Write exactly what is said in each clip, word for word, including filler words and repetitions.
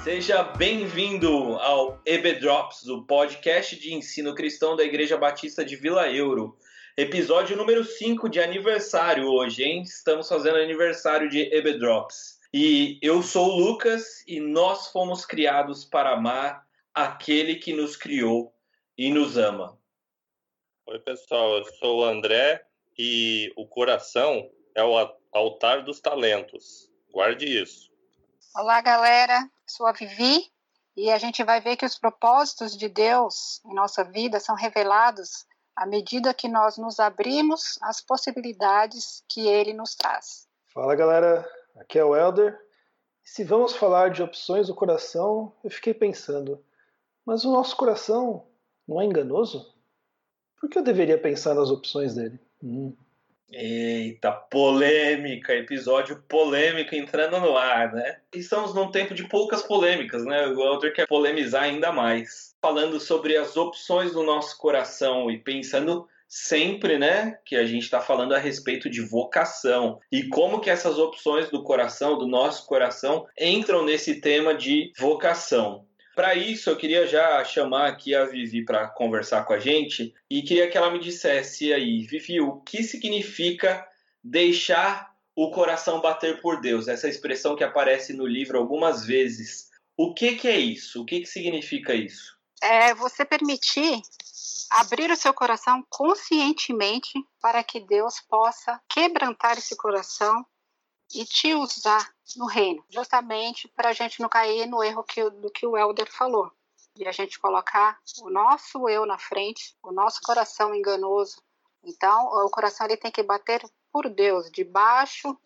Seja bem-vindo ao E B Drops, o podcast de ensino cristão da Igreja Batista de Vila Euro. Episódio número cinco de aniversário hoje, hein? Estamos fazendo aniversário de E B Drops. E eu sou o Lucas e nós fomos criados para amar aquele que nos criou e nos ama. Oi, pessoal, eu sou o André e o coração é o altar dos talentos. Guarde isso. Olá, galera. Sou a Vivi e a gente vai ver que os propósitos de Deus em nossa vida são revelados à medida que nós nos abrimos às possibilidades que Ele nos traz. Fala, galera. Aqui é o Elder. E se vamos falar de opções do coração, eu fiquei pensando, mas o nosso coração não é enganoso? Por que eu deveria pensar nas opções dele? Hum. Eita, polêmica, episódio polêmico entrando no ar, né? Estamos num tempo de poucas polêmicas, né? O Elder quer polemizar ainda mais. Falando sobre as opções do nosso coração e pensando sempre, né, que a gente está falando a respeito de vocação e como que essas opções do coração, do nosso coração, entram nesse tema de vocação. Para isso, eu queria já chamar aqui a Vivi para conversar com a gente e queria que ela me dissesse aí, Vivi, o que significa deixar o coração bater por Deus? Essa expressão que aparece no livro algumas vezes. O que, que é isso? O que, que significa isso? É você permitir abrir o seu coração conscientemente para que Deus possa quebrantar esse coração e te usar no reino, justamente para a gente não cair no erro que, do que o Elder falou, de a gente colocar o nosso eu na frente, o nosso coração enganoso. Então, o coração ele tem que bater por Deus, debaixo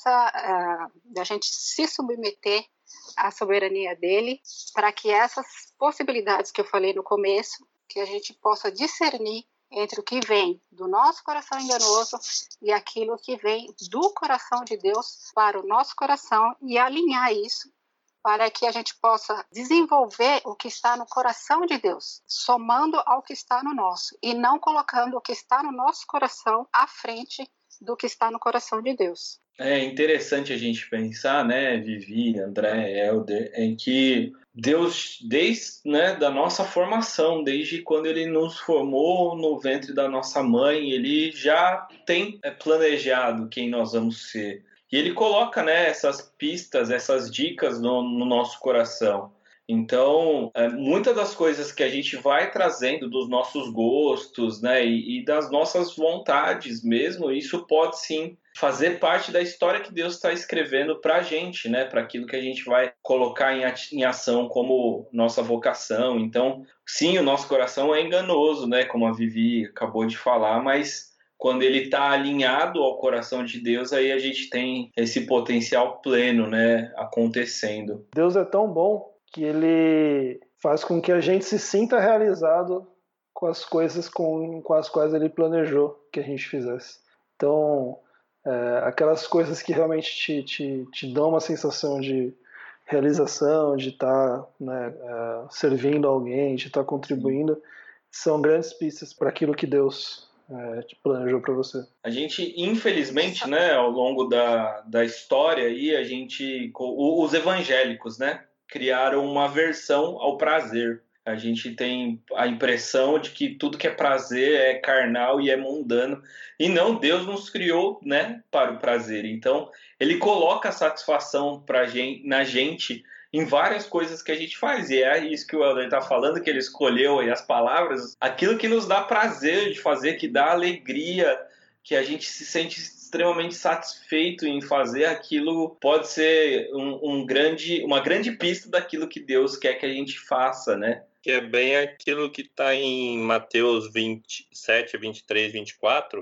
dessa, uh, da gente se submeter à soberania dele, para que essas possibilidades que eu falei no começo, que a gente possa discernir entre o que vem do nosso coração enganoso e aquilo que vem do coração de Deus para o nosso coração e alinhar isso para que a gente possa desenvolver o que está no coração de Deus, somando ao que está no nosso e não colocando o que está no nosso coração à frente do que está no coração de Deus. É interessante a gente pensar, né, Vivi, André, Elder, em que Deus, desde né, da nossa formação, desde quando Ele nos formou no ventre da nossa mãe, Ele já tem planejado quem nós vamos ser. E Ele coloca né, essas pistas, essas dicas no, no nosso coração. Então, é, muitas das coisas que a gente vai trazendo dos nossos gostos né, e, e das nossas vontades mesmo, isso pode sim fazer parte da história que Deus está escrevendo para a gente, né, para aquilo que a gente vai colocar em, em ação como nossa vocação. Então, sim, o nosso coração é enganoso, né, como a Vivi acabou de falar, mas quando ele está alinhado ao coração de Deus, aí a gente tem esse potencial pleno né, acontecendo. Deus é tão bom que ele faz com que a gente se sinta realizado com as coisas com, com as quais ele planejou que a gente fizesse. Então, é, aquelas coisas que realmente te, te, te dão uma sensação de realização, de estar tá, né, é, servindo alguém, de estar tá contribuindo, são grandes pistas para aquilo que Deus é, te planejou para você. A gente, infelizmente, né, ao longo da, da história, aí, a gente, os evangélicos, né, criaram uma aversão ao prazer. A gente tem a impressão de que tudo que é prazer é carnal e é mundano. E não, Deus nos criou né, para o prazer. Então, Ele coloca a satisfação pra gente, na gente em várias coisas que a gente faz. E é isso que o Elder está falando, que ele escolheu aí as palavras. Aquilo que nos dá prazer de fazer, que dá alegria, que a gente se sente extremamente satisfeito em fazer, aquilo pode ser um, um grande, uma grande pista daquilo que Deus quer que a gente faça, né? Que é bem aquilo que está em Mateus vinte e sete, vinte e três, vinte e quatro,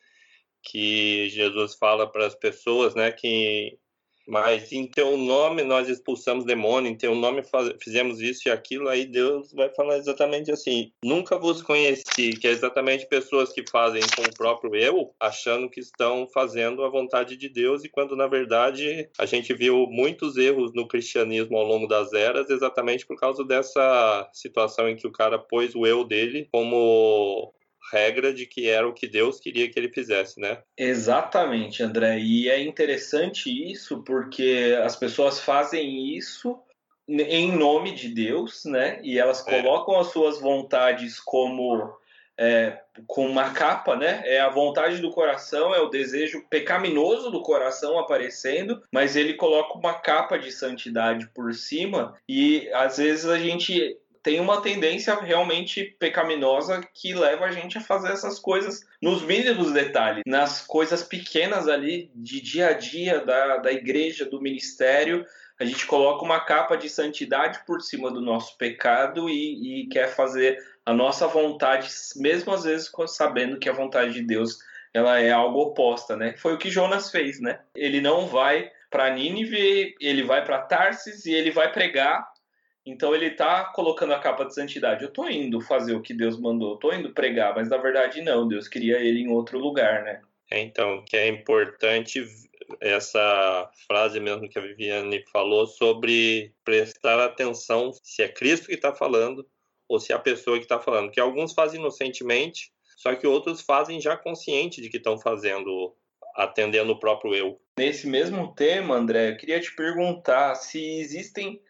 que Jesus fala para as pessoas, né, que mas em teu nome nós expulsamos demônio, em teu nome faz, fizemos isso e aquilo, aí Deus vai falar exatamente assim, nunca vos conheci, que é exatamente pessoas que fazem com o próprio eu, achando que estão fazendo a vontade de Deus, e quando na verdade a gente viu muitos erros no cristianismo ao longo das eras, exatamente por causa dessa situação em que o cara pôs o eu dele como regra de que era o que Deus queria que ele fizesse, né? Exatamente, André. E é interessante isso porque as pessoas fazem isso em nome de Deus, né? E elas colocam é. as suas vontades como é, com uma capa, né? É a vontade do coração, é o desejo pecaminoso do coração aparecendo, mas ele coloca uma capa de santidade por cima e às vezes a gente tem uma tendência realmente pecaminosa que leva a gente a fazer essas coisas nos mínimos detalhes, nas coisas pequenas ali de dia a dia da, da igreja, do ministério. A gente coloca uma capa de santidade por cima do nosso pecado e, e quer fazer a nossa vontade, mesmo às vezes sabendo que a vontade de Deus ela é algo oposta, né? Foi o que Jonas fez, né? Ele não vai para Nínive, ele vai para Tarsis e ele vai pregar. Então ele está colocando a capa de santidade. Eu estou indo fazer o que Deus mandou, estou indo pregar, mas na verdade não, Deus queria ele em outro lugar, né? Então, que é importante essa frase mesmo que a Viviane falou sobre prestar atenção se é Cristo que está falando ou se é a pessoa que está falando. Que alguns fazem inocentemente, só que outros fazem já consciente de que estão fazendo, atendendo o próprio eu. Nesse mesmo tema, André, eu queria te perguntar se existem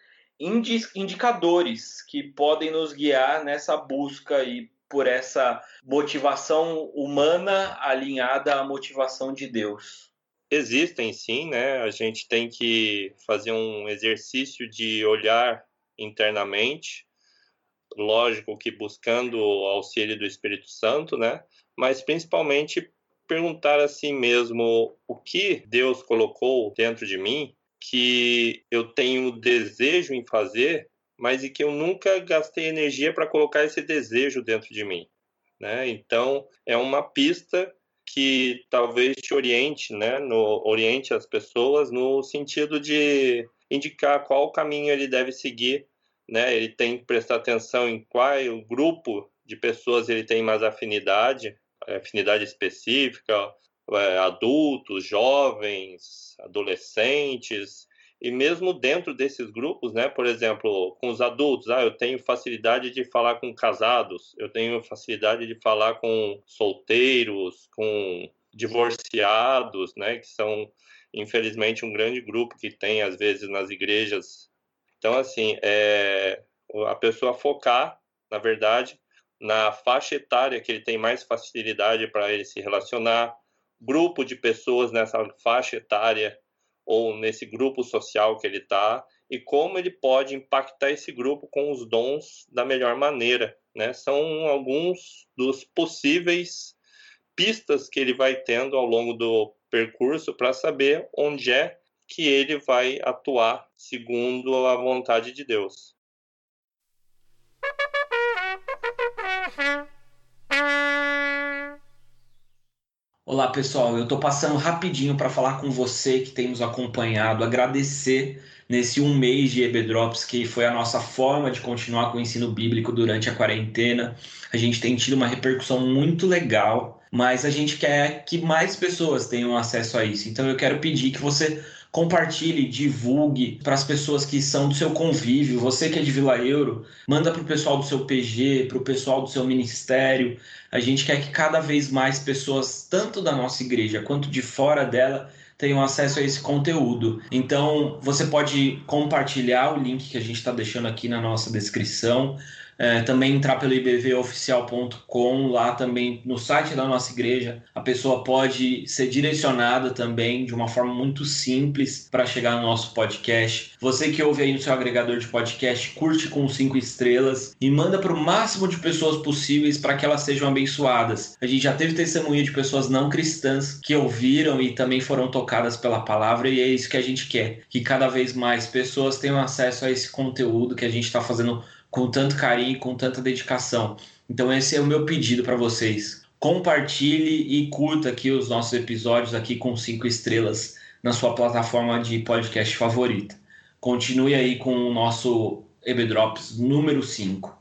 indicadores que podem nos guiar nessa busca aí por essa motivação humana alinhada à motivação de Deus. Existem sim, né? A gente tem que fazer um exercício de olhar internamente, lógico que buscando o auxílio do Espírito Santo, né? Mas principalmente perguntar a si mesmo o que Deus colocou dentro de mim que eu tenho desejo em fazer, mas e que eu nunca gastei energia para colocar esse desejo dentro de mim, né? Então, é uma pista que talvez te oriente, né? No, oriente as pessoas no sentido de indicar qual caminho ele deve seguir, né? Ele tem que prestar atenção em qual grupo de pessoas ele tem mais afinidade, afinidade específica, adultos, jovens, adolescentes, e mesmo dentro desses grupos, né, por exemplo, com os adultos, ah, eu tenho facilidade de falar com casados, eu tenho facilidade de falar com solteiros, com divorciados, né, que são, infelizmente, um grande grupo que tem, às vezes, nas igrejas. Então, assim, é a pessoa focar, na verdade, na faixa etária que ele tem mais facilidade para ele se relacionar, grupo de pessoas nessa faixa etária ou nesse grupo social que ele está e como ele pode impactar esse grupo com os dons da melhor maneira, né? São alguns dos possíveis pistas que ele vai tendo ao longo do percurso para saber onde é que ele vai atuar segundo a vontade de Deus. Olá pessoal, eu estou passando rapidinho para falar com você que tem nos acompanhado, agradecer nesse um mês de E B Drops, que foi a nossa forma de continuar com o ensino bíblico durante a quarentena. A gente tem tido uma repercussão muito legal, mas a gente quer que mais pessoas tenham acesso a isso. Então eu quero pedir que você compartilhe, divulgue para as pessoas que são do seu convívio. Você que é de Vila Euro, manda para o pessoal do seu P G, para o pessoal do seu ministério. A gente quer que cada vez mais pessoas, tanto da nossa igreja quanto de fora dela, tenham acesso a esse conteúdo. Então, você pode compartilhar o link que a gente está deixando aqui na nossa descrição. É, também entrar pelo i b v oficial ponto com, lá também no site da nossa igreja, a pessoa pode ser direcionada também de uma forma muito simples para chegar no nosso podcast. Você que ouve aí no seu agregador de podcast, curte com cinco estrelas e manda para o máximo de pessoas possíveis para que elas sejam abençoadas. A gente já teve testemunha de pessoas não cristãs que ouviram e também foram tocadas pela palavra, e é isso que a gente quer, que cada vez mais pessoas tenham acesso a esse conteúdo que a gente está fazendo com tanto carinho e com tanta dedicação. Então esse é o meu pedido para vocês. Compartilhe e curta aqui os nossos episódios aqui com cinco estrelas na sua plataforma de podcast favorita. Continue aí com o nosso E B Drops número cinco.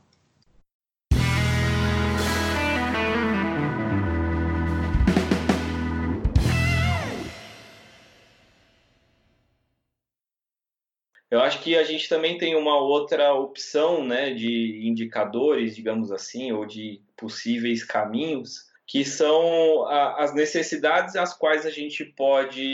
Eu acho que a gente também tem uma outra opção, né, de indicadores, digamos assim, ou de possíveis caminhos, que são a, as necessidades às quais a gente pode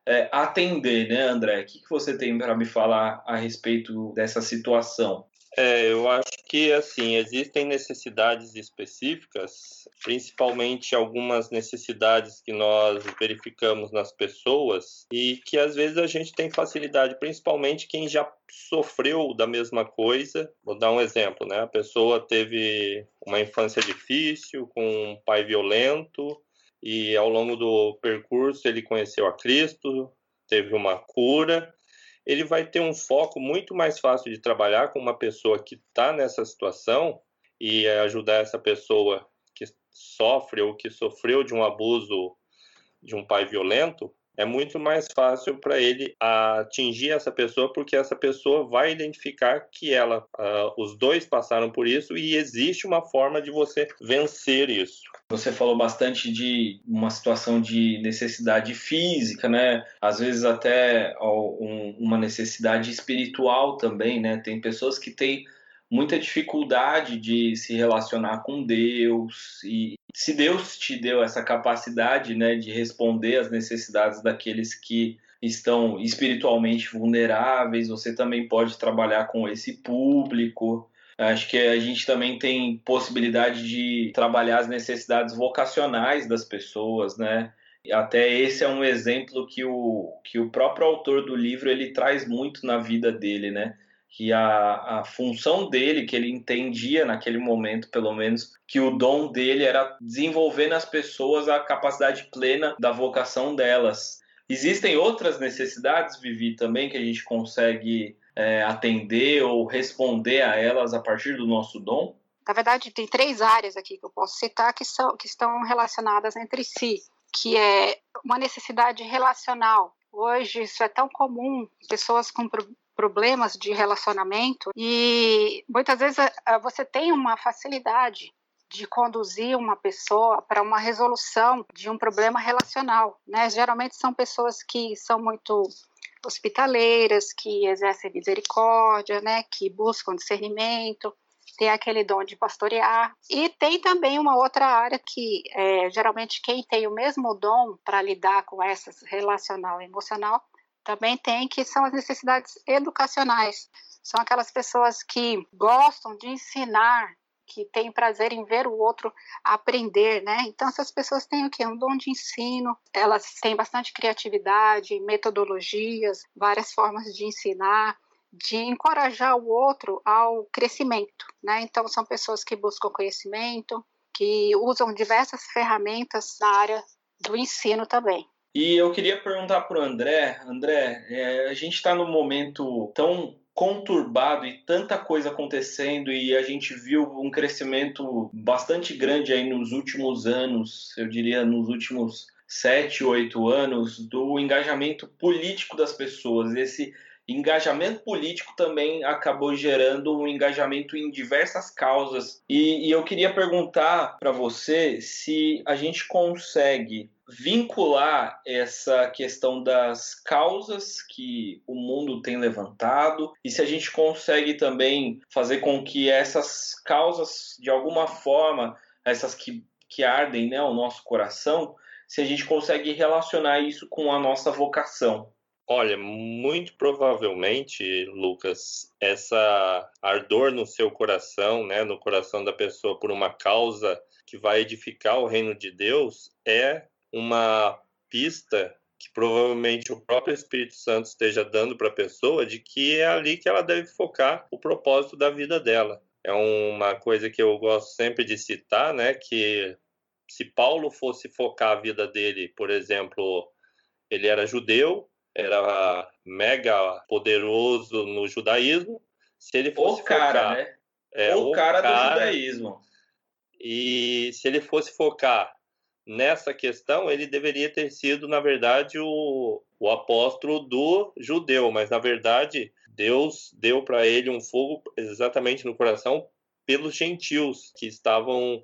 é, atender, né, André? O que, que você tem para me falar a respeito dessa situação? É, eu acho que, assim, existem necessidades específicas, principalmente algumas necessidades que nós verificamos nas pessoas e que, às vezes, a gente tem facilidade, principalmente quem já sofreu da mesma coisa. Vou dar um exemplo, né? A pessoa teve uma infância difícil, com um pai violento e, ao longo do percurso, ele conheceu a Cristo, teve uma cura. Ele vai ter um foco muito mais fácil de trabalhar com uma pessoa que está nessa situação e ajudar essa pessoa que sofre ou que sofreu de um abuso de um pai violento. É muito mais fácil para ele atingir essa pessoa, porque essa pessoa vai identificar que ela, uh, os dois passaram por isso e existe uma forma de você vencer isso. Você falou bastante de uma situação de necessidade física, né? Às vezes até um, uma necessidade espiritual também, né? Tem pessoas que têm muita dificuldade de se relacionar com Deus, e se Deus te deu essa capacidade, né, de responder às necessidades daqueles que estão espiritualmente vulneráveis, você também pode trabalhar com esse público. Acho que a gente também tem possibilidade de trabalhar as necessidades vocacionais das pessoas, né? Até esse é um exemplo que o, que o próprio autor do livro ele traz muito na vida dele, né? Que a, a função dele, que ele entendia naquele momento, pelo menos, que o dom dele era desenvolver nas pessoas a capacidade plena da vocação delas. Existem outras necessidades, Vivi, também, que a gente consegue é, atender ou responder a elas a partir do nosso dom? Na verdade, tem três áreas aqui que eu posso citar que, são, que estão relacionadas entre si, que é uma necessidade relacional. Hoje isso é tão comum, pessoas com problemas de relacionamento, e muitas vezes você tem uma facilidade de conduzir uma pessoa para uma resolução de um problema relacional, né? Geralmente são pessoas que são muito hospitaleiras, que exercem misericórdia, né? Que buscam discernimento, tem aquele dom de pastorear. E tem também uma outra área que é, geralmente quem tem o mesmo dom para lidar com essas relacional e emocional também tem, que são as necessidades educacionais. São aquelas pessoas que gostam de ensinar, que têm prazer em ver o outro aprender, né? Então, essas pessoas têm o quê? Um dom de ensino, elas têm bastante criatividade, metodologias, várias formas de ensinar, de encorajar o outro ao crescimento, né? Então, são pessoas que buscam conhecimento, que usam diversas ferramentas na área do ensino também. E eu queria perguntar para o André, André, é, a gente está num momento tão conturbado e tanta coisa acontecendo, e a gente viu um crescimento bastante grande aí nos últimos anos, eu diria nos últimos sete, oito anos, do engajamento político das pessoas. Esse engajamento político também acabou gerando um engajamento em diversas causas. E, e eu queria perguntar para você se a gente consegue vincular essa questão das causas que o mundo tem levantado e se a gente consegue também fazer com que essas causas, de alguma forma, essas que, que ardem, né, o nosso coração, se a gente consegue relacionar isso com a nossa vocação. Olha, muito provavelmente, Lucas, essa ardor no seu coração, né, no coração da pessoa por uma causa que vai edificar o reino de Deus, é uma pista que provavelmente o próprio Espírito Santo esteja dando para a pessoa de que é ali que ela deve focar o propósito da vida dela. É uma coisa que eu gosto sempre de citar, né, que se Paulo fosse focar a vida dele, por exemplo, ele era judeu, era mega poderoso no judaísmo. Se ele fosse o cara, focar, né? É, o, o cara, cara do judaísmo. E se ele fosse focar nessa questão, ele deveria ter sido, na verdade, o, o apóstolo do judeu, mas, na verdade, Deus deu para ele um fogo exatamente no coração pelos gentios, que estavam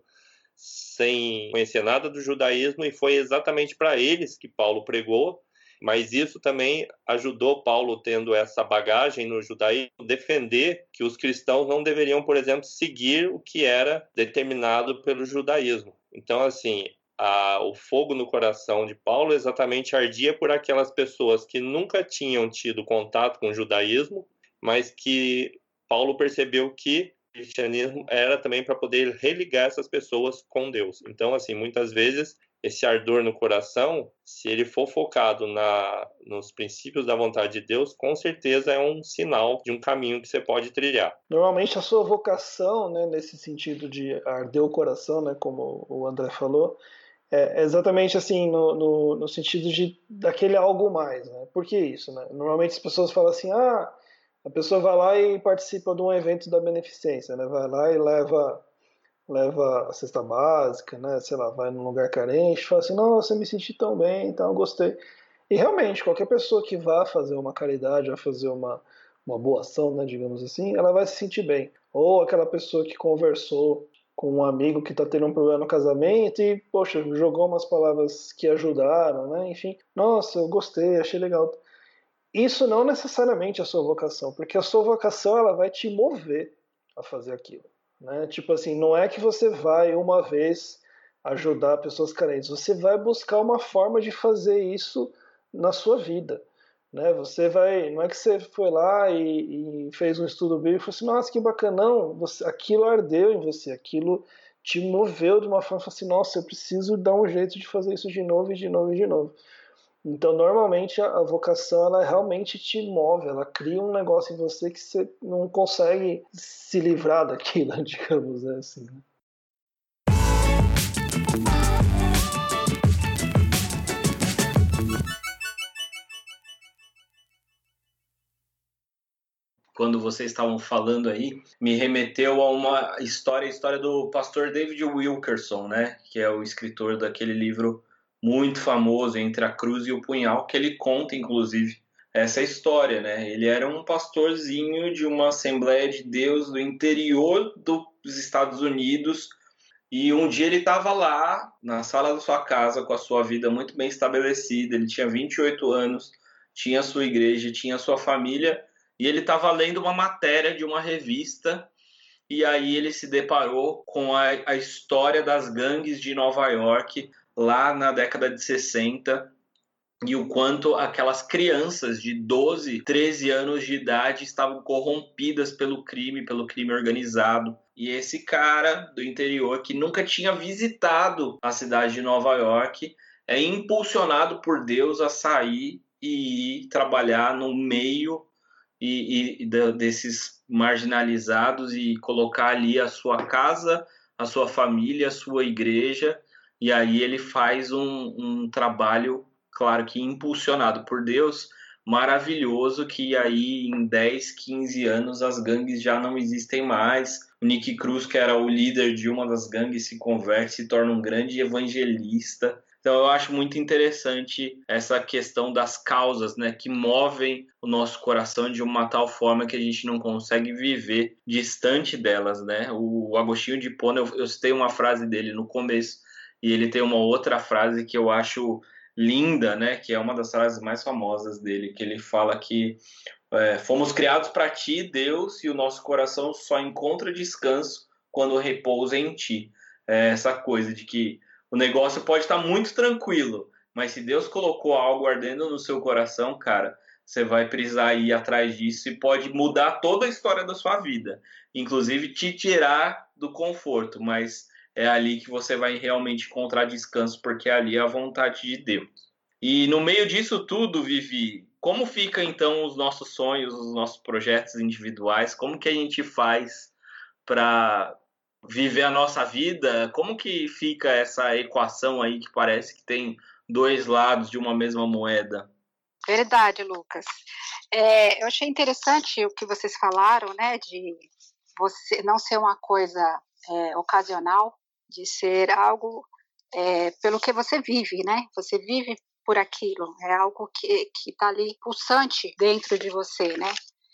sem conhecer nada do judaísmo, e foi exatamente para eles que Paulo pregou. Mas isso também ajudou Paulo, tendo essa bagagem no judaísmo, defender que os cristãos não deveriam, por exemplo, seguir o que era determinado pelo judaísmo. Então, assim, a, o fogo no coração de Paulo exatamente ardia por aquelas pessoas que nunca tinham tido contato com o judaísmo, mas que Paulo percebeu que o cristianismo era também para poder religar essas pessoas com Deus. Então, assim, muitas vezes, esse ardor no coração, se ele for focado na, nos princípios da vontade de Deus, com certeza é um sinal de um caminho que você pode trilhar. Normalmente a sua vocação, né, nesse sentido de arder o coração, né, como o André falou, é exatamente assim, no, no, no sentido de daquele algo mais. Né? Por que isso? Né? Normalmente as pessoas falam assim, ah, a pessoa vai lá e participa de um evento da beneficência, né? Vai lá e leva... leva a cesta básica, né? Sei lá, vai num lugar carente, fala assim, nossa, eu me senti tão bem, então eu gostei. E realmente, qualquer pessoa que vá fazer uma caridade, vai fazer uma, uma boa ação, né, digamos assim, ela vai se sentir bem. Ou aquela pessoa que conversou com um amigo que está tendo um problema no casamento e, poxa, jogou umas palavras que ajudaram, né? Enfim, nossa, eu gostei, achei legal. Isso não necessariamente é a sua vocação, porque a sua vocação ela vai te mover a fazer aquilo. Né? Tipo assim, não é que você vai uma vez ajudar pessoas carentes, você vai buscar uma forma de fazer isso na sua vida. Né? Você vai, não é que você foi lá e, e fez um estudo bíblico e falou assim, nossa, que bacana, não, você, aquilo ardeu em você, aquilo te moveu de uma forma, assim, nossa, eu preciso dar um jeito de fazer isso de novo e de novo e de novo. Então, normalmente, a vocação, ela realmente te move, ela cria um negócio em você que você não consegue se livrar daquilo, digamos assim. Quando vocês estavam falando aí, me remeteu a uma história, a história do pastor David Wilkerson, né? Que é o escritor daquele livro muito famoso, Entre a Cruz e o Punhal, que ele conta, inclusive, essa história, né? Ele era um pastorzinho de uma Assembleia de Deus do interior dos Estados Unidos e um dia ele estava lá na sala da sua casa com a sua vida muito bem estabelecida, ele tinha vinte e oito anos, tinha a sua igreja, tinha a sua família e ele estava lendo uma matéria de uma revista e aí ele se deparou com a, a história das gangues de Nova York lá na década de sessenta e o quanto aquelas crianças de doze, treze anos de idade estavam corrompidas pelo crime, pelo crime organizado. E esse cara do interior que nunca tinha visitado a cidade de Nova York é impulsionado por Deus a sair e ir trabalhar no meio e, e desses marginalizados e colocar ali a sua casa, a sua família, a sua igreja. E aí ele faz um, um trabalho, claro que impulsionado por Deus, maravilhoso, que aí em dez, quinze anos as gangues já não existem mais. O Nick Cruz, que era o líder de uma das gangues, se converte, se torna um grande evangelista. Então eu acho muito interessante essa questão das causas, né, que movem o nosso coração de uma tal forma que a gente não consegue viver distante delas, né? O Agostinho de Hipona, eu, eu citei uma frase dele no começo, e ele tem uma outra frase que eu acho linda, né, que é uma das frases mais famosas dele, que ele fala que é, fomos criados para ti, Deus, e o nosso coração só encontra descanso quando repousa em ti. É essa coisa de que o negócio pode estar muito tranquilo, mas se Deus colocou algo ardendo no seu coração, cara, você vai precisar ir atrás disso e pode mudar toda a história da sua vida, inclusive te tirar do conforto, mas é ali que você vai realmente encontrar descanso, porque ali é a vontade de Deus. E no meio disso tudo, Vivi, como fica então os nossos sonhos, os nossos projetos individuais? Como que a gente faz para viver a nossa vida? Como que fica essa equação aí que parece que tem dois lados de uma mesma moeda? Verdade, Lucas. É, eu achei interessante o que vocês falaram, né, de você não ser uma coisa é, ocasional, de ser algo é, pelo que você vive, né? Você vive por aquilo, é algo que que está ali pulsante dentro de você, né?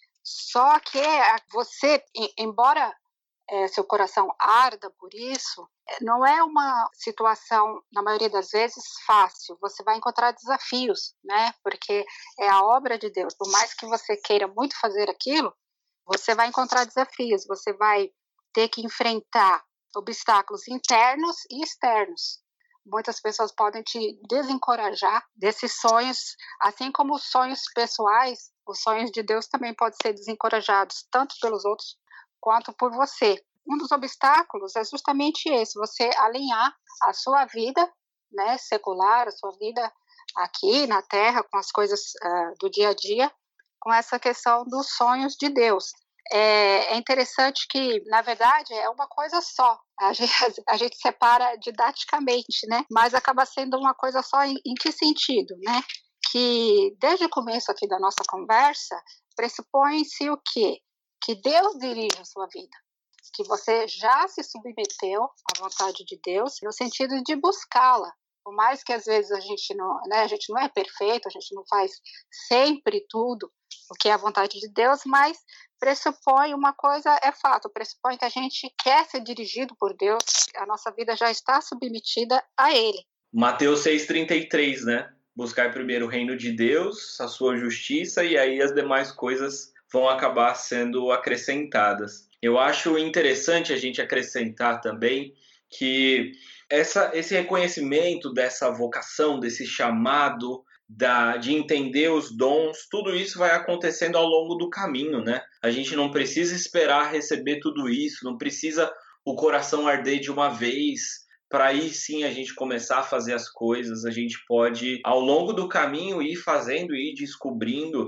Só que você, embora é, seu coração arda por isso, não é uma situação, na maioria das vezes, fácil. Você vai encontrar desafios, né? Porque é a obra de Deus. Por mais que você queira muito fazer aquilo, você vai encontrar desafios, você vai ter que enfrentar obstáculos internos e externos. muitas pessoas podem te desencorajar desses sonhos, assim como os sonhos pessoais, os sonhos de Deus também podem ser desencorajados, tanto pelos outros quanto por você. Um dos obstáculos é justamente esse, você alinhar a sua vida, né, secular, a sua vida aqui na Terra, com as coisas uh, do dia a dia, com essa questão dos sonhos de Deus. É, é interessante que, na verdade, é uma coisa só. A gente, a gente separa didaticamente, né? Mas acaba sendo uma coisa só em, em que sentido, né? Que desde o começo aqui da nossa conversa, pressupõe-se o quê? Que Deus dirige a sua vida. Que você já se submeteu à vontade de Deus no sentido de buscá-la. Por mais que às vezes a gente não, né, a gente não é perfeito, a gente não faz sempre tudo o que é a vontade de Deus, mas pressupõe uma coisa, é fato, pressupõe que a gente quer ser dirigido por Deus, a nossa vida já está submetida a Ele. Mateus seis, trinta e três, né? Buscar primeiro o reino de Deus, a sua justiça, e aí as demais coisas vão acabar sendo acrescentadas. Eu acho interessante a gente acrescentar também que essa, esse reconhecimento dessa vocação, desse chamado, da, de entender os dons, tudo isso vai acontecendo ao longo do caminho, né? A gente não precisa esperar receber tudo isso, não precisa o coração arder de uma vez para aí sim a gente começar a fazer as coisas. A gente pode, ao longo do caminho, ir fazendo, ir descobrindo,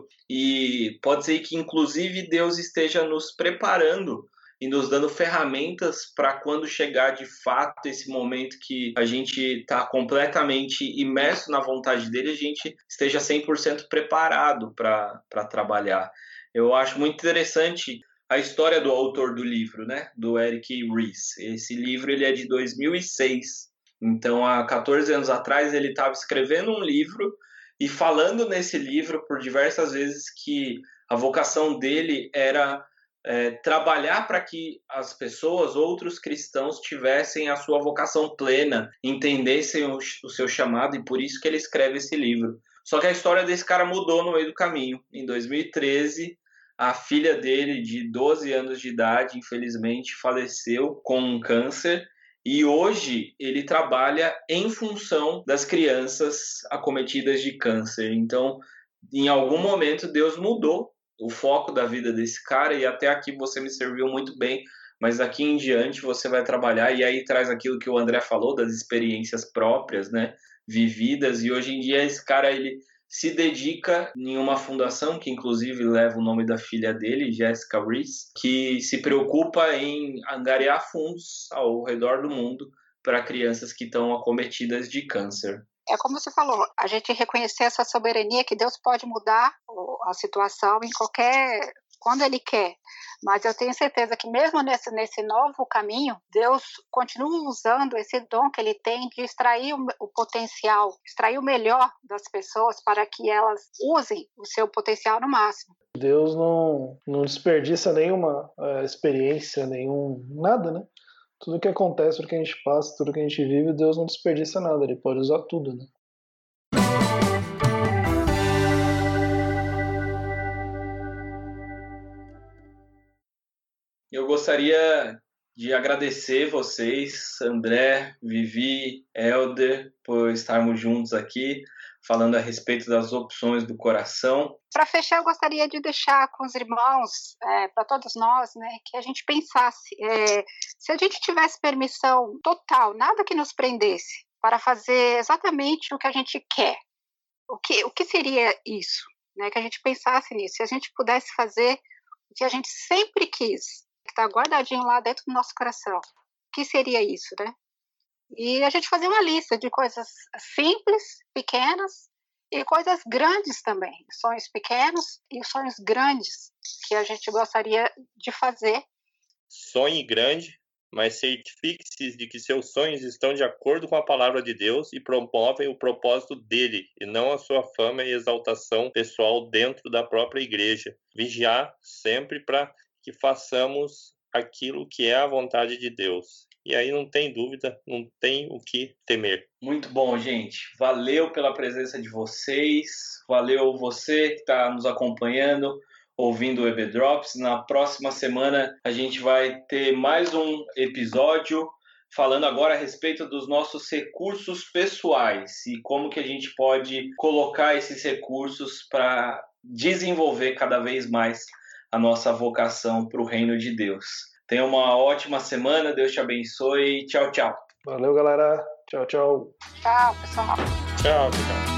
e pode ser que inclusive Deus esteja nos preparando e nos dando ferramentas para quando chegar de fato esse momento que a gente está completamente imerso na vontade dele, a gente esteja cem por cento preparado para trabalhar. Eu acho muito interessante a história do autor do livro, né? Do Eric Ries. Esse livro ele é de dois mil e seis, então há catorze anos atrás ele estava escrevendo um livro e falando nesse livro por diversas vezes que a vocação dele era É, trabalhar para que as pessoas, outros cristãos, tivessem a sua vocação plena, entendessem o, o seu chamado, e por isso que ele escreve esse livro. Só que a história desse cara mudou no meio do caminho. Em dois mil e treze, a filha dele, de doze anos de idade, infelizmente, faleceu com um câncer, e hoje ele trabalha em função das crianças acometidas de câncer. Então, em algum momento, Deus mudou o foco da vida desse cara, e até aqui você me serviu muito bem, mas daqui em diante você vai trabalhar, e aí traz aquilo que o André falou, das experiências próprias, né, vividas, e hoje em dia esse cara, ele se dedica em uma fundação, que inclusive leva o nome da filha dele, Jessica Ries, que se preocupa em angariar fundos ao redor do mundo para crianças que estão acometidas de câncer. É como você falou, a gente reconhecer essa soberania, que Deus pode mudar a situação em qualquer, quando Ele quer. Mas eu tenho certeza que mesmo nesse, nesse novo caminho, Deus continua usando esse dom que Ele tem de extrair o, o potencial, extrair o melhor das pessoas para que elas usem o seu potencial no máximo. Deus não, não desperdiça nenhuma uh, experiência, nenhum nada, né? Tudo que acontece, tudo que a gente passa, tudo que a gente vive, Deus não desperdiça nada, Ele pode usar tudo, né? Eu gostaria de agradecer vocês, André, Vivi, Helder, por estarmos juntos aqui, falando a respeito das opções do coração. Para fechar, eu gostaria de deixar com os irmãos, é, para todos nós, né, que a gente pensasse, é, se a gente tivesse permissão total, nada que nos prendesse, para fazer exatamente o que a gente quer, o que, o que seria isso? Né, que a gente pensasse nisso, se a gente pudesse fazer o que a gente sempre quis, que está guardadinho lá dentro do nosso coração, o que seria isso, né? E a gente fazia uma lista de coisas simples, pequenas, e coisas grandes também, sonhos pequenos e sonhos grandes que a gente gostaria de fazer. Sonhe grande, mas certifique-se de que seus sonhos estão de acordo com a palavra de Deus e promovem o propósito dele, e não a sua fama e exaltação pessoal dentro da própria igreja. Vigiar sempre para que façamos aquilo que é a vontade de Deus. E aí não tem dúvida, não tem o que temer. Muito bom, gente. Valeu pela presença de vocês. Valeu você que está nos acompanhando, ouvindo o E B Drops. Na próxima semana a gente vai ter mais um episódio falando agora a respeito dos nossos recursos pessoais e como que a gente pode colocar esses recursos para desenvolver cada vez mais a nossa vocação para o reino de Deus. Tenha uma ótima semana, Deus te abençoe. Tchau, tchau. Valeu, galera. Tchau, tchau. Tchau, pessoal. Tchau, tchau.